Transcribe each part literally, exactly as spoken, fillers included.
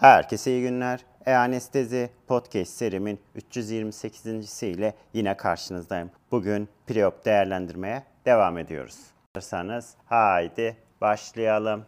Herkese iyi günler. E-Anestezi Podcast serimin üç yüz yirmi sekizincisi ile yine karşınızdayım. Bugün preop değerlendirmeye devam ediyoruz. Hazırsanız haydi başlayalım.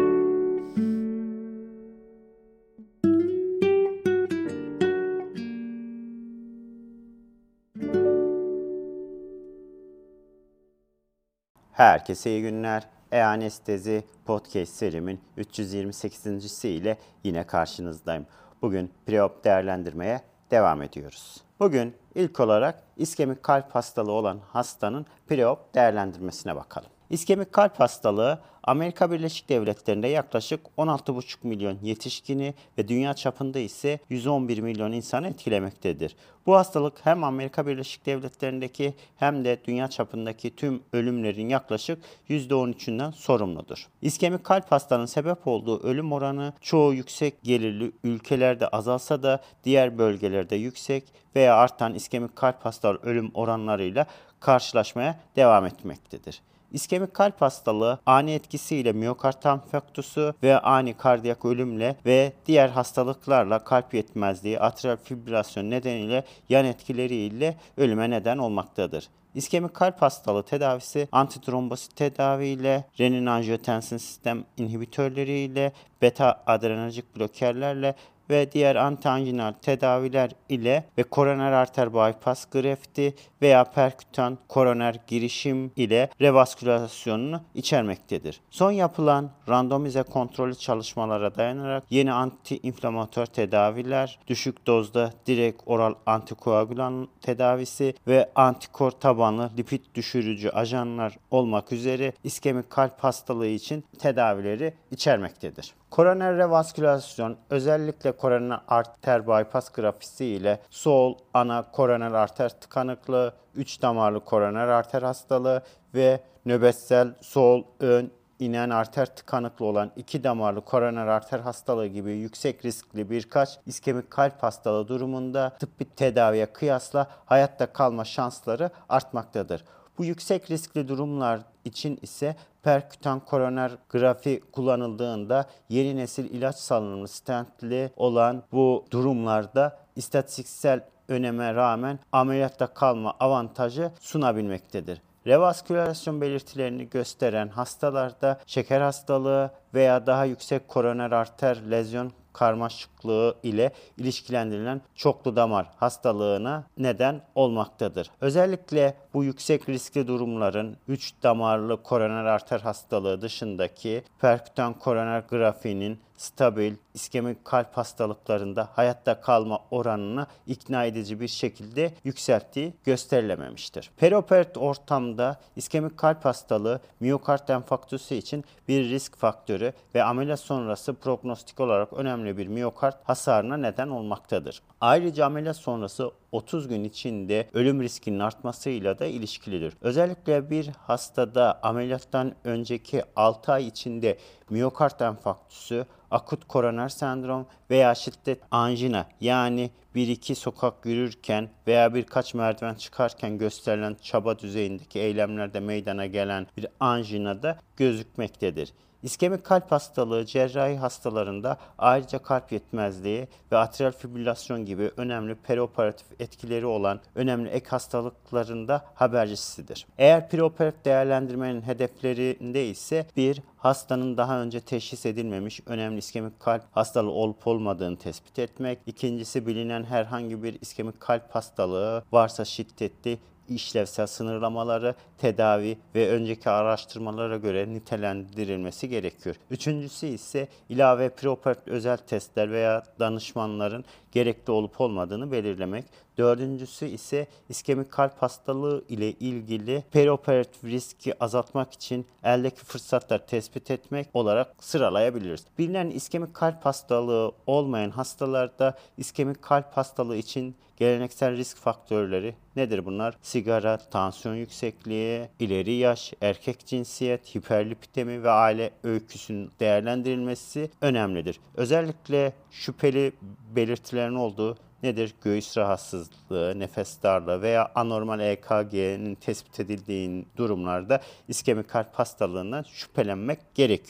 Herkese iyi günler. E-Anestezi Podcast serimin üç yüz yirmi sekizincisi ile yine karşınızdayım. Bugün preop değerlendirmeye devam ediyoruz. Bugün ilk olarak iskemik kalp hastalığı olan hastanın preop değerlendirmesine bakalım. İskemik kalp hastalığı Amerika Birleşik Devletleri'nde yaklaşık on altı buçuk milyon yetişkini ve dünya çapında ise yüz on bir milyon insanı etkilemektedir. Bu hastalık hem Amerika Birleşik Devletleri'ndeki hem de dünya çapındaki tüm ölümlerin yaklaşık yüzde on üçünden sorumludur. İskemik kalp hastalığının sebep olduğu ölüm oranı çoğu yüksek gelirli ülkelerde azalsa da diğer bölgelerde yüksek veya artan iskemik kalp hastalığı ölüm oranlarıyla karşılaşmaya devam etmektedir. İskemik kalp hastalığı ani etkisiyle miyokard enfarktüsü ve ani kardiyak ölümle ve diğer hastalıklarla kalp yetmezliği, atrial fibrilasyon nedeniyle yan etkileriyle ölüme neden olmaktadır. İskemik kalp hastalığı tedavisi antitrombosit tedaviyle, renin-angiotensin sistem inhibitörleriyle, beta adrenerjik blokerlerle ve diğer antianjinal tedaviler ile ve koroner arter bypass grafti veya perkütan koroner girişim ile revaskülasyonunu içermektedir. Son yapılan randomize kontrollü çalışmalara dayanarak yeni antiinflamatör tedaviler, düşük dozda direkt oral antikoagülan tedavisi ve antikor tabanlı lipid düşürücü ajanlar olmak üzere iskemik kalp hastalığı için tedavileri içermektedir. Koroner revaskülasyon özellikle koroner arter bypass grafisi ile sol ana koroner arter tıkanıklığı, üç damarlı koroner arter hastalığı ve nöbetsel sol ön inen arter tıkanıklığı olan iki damarlı koroner arter hastalığı gibi yüksek riskli birkaç iskemik kalp hastalığı durumunda tıbbi tedaviye kıyasla hayatta kalma şansları artmaktadır. Bu yüksek riskli durumlar için ise perkütan koroner grafi kullanıldığında yeni nesil ilaç salınımlı stentli olan bu durumlarda istatistiksel öneme rağmen ameliyatta kalma avantajı sunabilmektedir. Revaskülasyon belirtilerini gösteren hastalarda şeker hastalığı veya daha yüksek koroner arter lezyon karmaşıklığı ile ilişkilendirilen çoklu damar hastalığına neden olmaktadır. Özellikle bu yüksek riskli durumların üç damarlı koroner arter hastalığı dışındaki perkütan koroner grafinin stabil iskemik kalp hastalıklarında hayatta kalma oranını ikna edici bir şekilde yükselttiği gösterilememiştir. Perioperatif ortamda iskemik kalp hastalığı miyokard enfarktüsü için bir risk faktörü ve ameliyat sonrası prognostik olarak önemli bir miyokard hasarına neden olmaktadır. Ayrıca ameliyat sonrası otuz gün içinde ölüm riskinin artmasıyla da ilişkilidir. Özellikle bir hastada ameliyattan önceki altı ay içinde miyokard enfarktüsü, akut koroner sendrom veya şiddet anjina yani bir iki sokak yürürken veya birkaç merdiven çıkarken gösterilen çaba düzeyindeki eylemlerde meydana gelen bir anjina da gözükmektedir. İskemik kalp hastalığı cerrahi hastalarında ayrıca kalp yetmezliği ve atrial fibrilasyon gibi önemli perioperatif etkileri olan önemli ek hastalıklarında habercisidir. Eğer perioperatif değerlendirmenin hedeflerinde ise bir hastanın daha önce teşhis edilmemiş önemli iskemik kalp hastalığı olup olmadığını tespit etmek, ikincisi bilinen herhangi bir iskemik kalp hastalığı varsa şiddetli işlevsel sınırlamaları, tedavi ve önceki araştırmalara göre nitelendirilmesi gerekiyor. Üçüncüsü ise ilave preoperatif özel testler veya danışmanların gerekli olup olmadığını belirlemek. Dördüncüsü ise iskemik kalp hastalığı ile ilgili perioperatif riski azaltmak için eldeki fırsatları tespit etmek olarak sıralayabiliriz. Bilinen iskemik kalp hastalığı olmayan hastalarda iskemik kalp hastalığı için geleneksel risk faktörleri nedir bunlar? Sigara, tansiyon yüksekliği, ileri yaş, erkek cinsiyet, hiperlipidemi ve aile öyküsünün değerlendirilmesi önemlidir. Özellikle şüpheli belirtilerin olduğu nedir? Göğüs rahatsızlığı, nefes darlığı veya anormal E K G'nin tespit edildiği durumlarda iskemik kalp hastalığından şüphelenmek gerekiyor.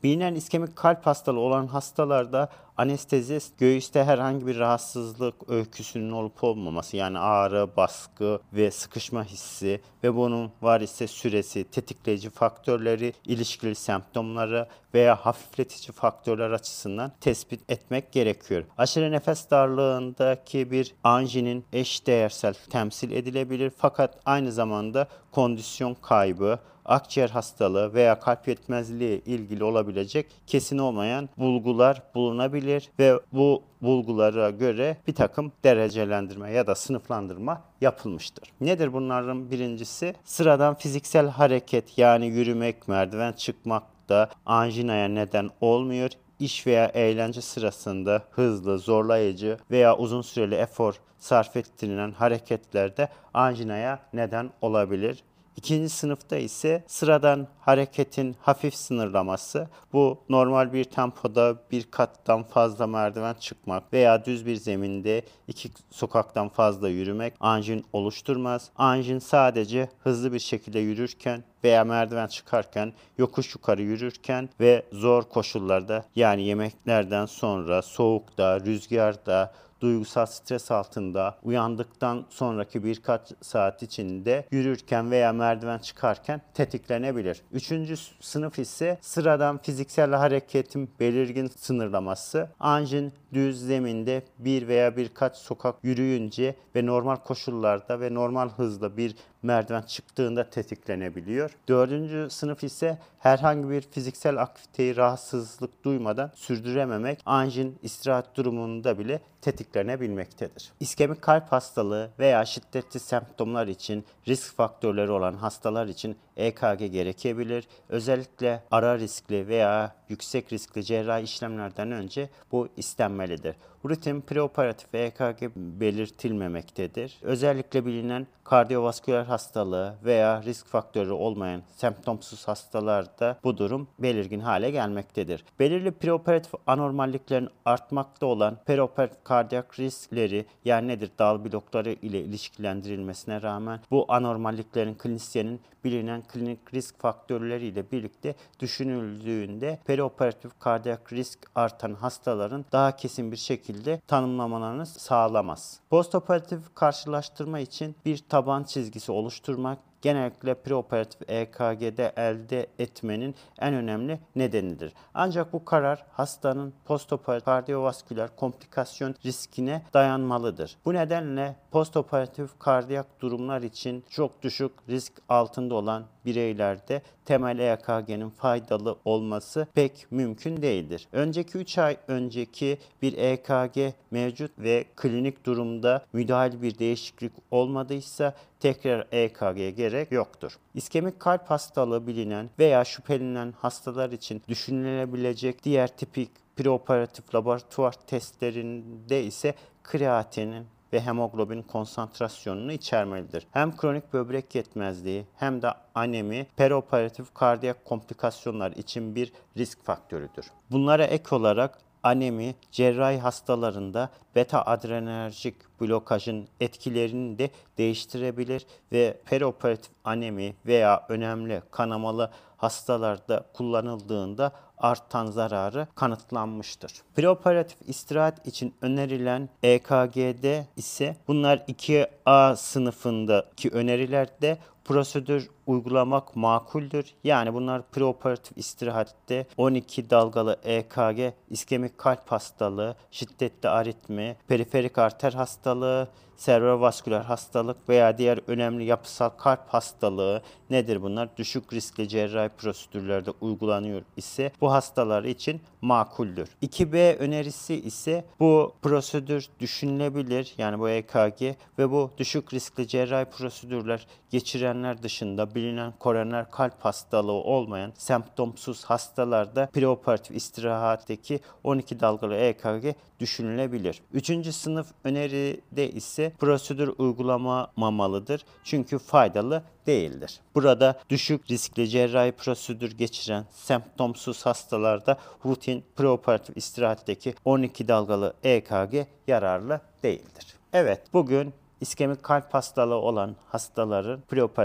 Bilinen iskemik kalp hastalığı olan hastalarda anestezi göğüste herhangi bir rahatsızlık öyküsünün olup olmaması, yani ağrı, baskı ve sıkışma hissi ve bunun var ise süresi, tetikleyici faktörleri, ilişkili semptomları veya hafifletici faktörler açısından tespit etmek gerekiyor. Aşırı nefes darlığındaki bir anjinin eşdeğersel temsil edilebilir, fakat aynı zamanda kondisyon kaybı, akciğer hastalığı veya kalp yetmezliği ilgili olabilecek kesin olmayan bulgular bulunabilir ve bu bulgulara göre bir takım derecelendirme ya da sınıflandırma yapılmıştır. Nedir bunların birincisi? Sıradan fiziksel hareket, yani yürümek, merdiven çıkmak da anjinaya neden olmuyor. İş veya eğlence sırasında hızlı, zorlayıcı veya uzun süreli efor sarf ettirilen hareketlerde anjinaya neden olabilir. İkinci sınıfta ise sıradan hareketin hafif sınırlaması. Bu normal bir tempoda bir kattan fazla merdiven çıkmak veya düz bir zeminde iki sokaktan fazla yürümek anjin oluşturmaz. Anjin sadece hızlı bir şekilde yürürken veya merdiven çıkarken, yokuş yukarı yürürken ve zor koşullarda, yani yemeklerden sonra, soğukta, rüzgarda, duygusal stres altında, uyandıktan sonraki birkaç saat içinde yürürken veya merdiven çıkarken tetiklenebilir. Üçüncü sınıf ise sıradan fiziksel hareketin belirgin sınırlaması. Anjin düz zeminde bir veya birkaç sokak yürüyünce ve normal koşullarda ve normal hızla bir merdiven çıktığında tetiklenebiliyor. Dördüncü sınıf ise herhangi bir fiziksel aktiviteyi rahatsızlık duymadan sürdürememek anjin istirahat durumunda bile tetiklenebilmektedir. İskemik kalp hastalığı veya şiddetli semptomlar için risk faktörleri olan hastalar için E K G gerekebilir. Özellikle ara riskli veya yüksek riskli cerrahi işlemlerden önce bu istenmelidir. Rutin preoperatif E K G belirtilmemektedir. Özellikle bilinen kardiyovasküler hastalığı veya risk faktörü olmayan semptomsuz hastalarda bu durum belirgin hale gelmektedir. Belirli preoperatif anormalliklerin artmakta olan preoperatif kardiyak riskleri, yani nedir, dal blokları ile ilişkilendirilmesine rağmen bu anormalliklerin klinisyenin bilinen klinik risk faktörleriyle birlikte düşünüldüğünde preoperatif kardiyak risk artan hastaların daha kesin bir şekilde tanımlamalarını sağlamaz. Postoperatif karşılaştırma için bir taban çizgisi oluşturmak genellikle preoperatif E K G'de elde etmenin en önemli nedenidir. Ancak bu karar hastanın postoperatif kardiyovasküler komplikasyon riskine dayanmalıdır. Bu nedenle postoperatif kardiyak durumlar için çok düşük risk altında olan bireylerde temel E K G'nin faydalı olması pek mümkün değildir. Önceki üç ay önceki bir E K G mevcut ve klinik durumda müdahale bir değişiklik olmadıysa tekrar E K G gerek yoktur. İskemik kalp hastalığı bilinen veya şüphelenen hastalar için düşünülebilecek diğer tipik preoperatif laboratuvar testlerinde ise kreatinin ve hemoglobin konsantrasyonunu içermelidir. Hem kronik böbrek yetmezliği hem de anemi perioperatif kardiyak komplikasyonlar için bir risk faktörüdür. Bunlara ek olarak anemi cerrahi hastalarında beta adrenerjik blokajın etkilerini de değiştirebilir ve perioperatif anemi veya önemli kanamalı hastalarda kullanıldığında artan zararı kanıtlanmıştır. Preoperatif istirahat için önerilen E K G'de ise bunlar iki A sınıfındaki önerilerde prosedür uygulamak makuldür. Yani bunlar preoperatif istirahatte on iki dalgalı E K G, iskemik kalp hastalığı, şiddetli aritmi, periferik arter hastalığı, serebrovasküler hastalık veya diğer önemli yapısal kalp hastalığı nedir bunlar? Düşük riskli cerrahi prosedürlerde uygulanıyor ise bu hastalar için makuldür. iki B önerisi ise bu prosedür düşünülebilir, yani bu E K G ve bu düşük riskli cerrahi prosedürler geçirenler dışında bilinen koroner kalp hastalığı olmayan semptomsuz hastalarda preoperatif istirahatteki on iki dalgalı E K G düşünülebilir. Üçüncü sınıf öneride ise prosedür uygulamamalıdır çünkü faydalı değildir. Burada düşük riskli cerrahi prosedür geçiren semptomsuz hastalarda rutin preoperatif istirahatteki on iki dalgalı E K G yararlı değildir. Evet, bugün iskemik kalp hastalığı olan hastaların preoperatif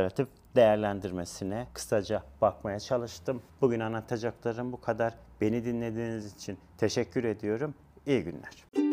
değerlendirmesine kısaca bakmaya çalıştım. Bugün anlatacaklarım bu kadar. Beni dinlediğiniz için teşekkür ediyorum. İyi günler.